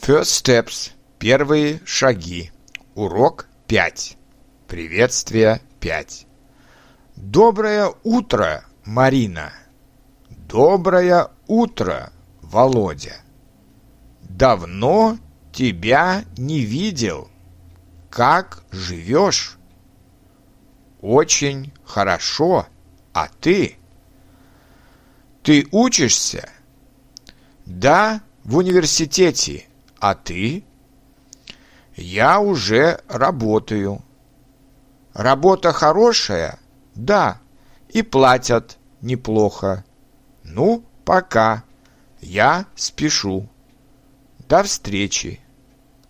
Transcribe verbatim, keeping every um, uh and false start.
First steps. Первые шаги. Урок пять. Приветствие пять. Доброе утро, Марина. Доброе утро, Володя. Давно тебя не видел. Как живешь? Очень хорошо. А ты? Ты учишься? Да, в университете. А ты? Я уже работаю. Работа хорошая? Да, и платят неплохо. Ну, пока. Я спешу. До встречи.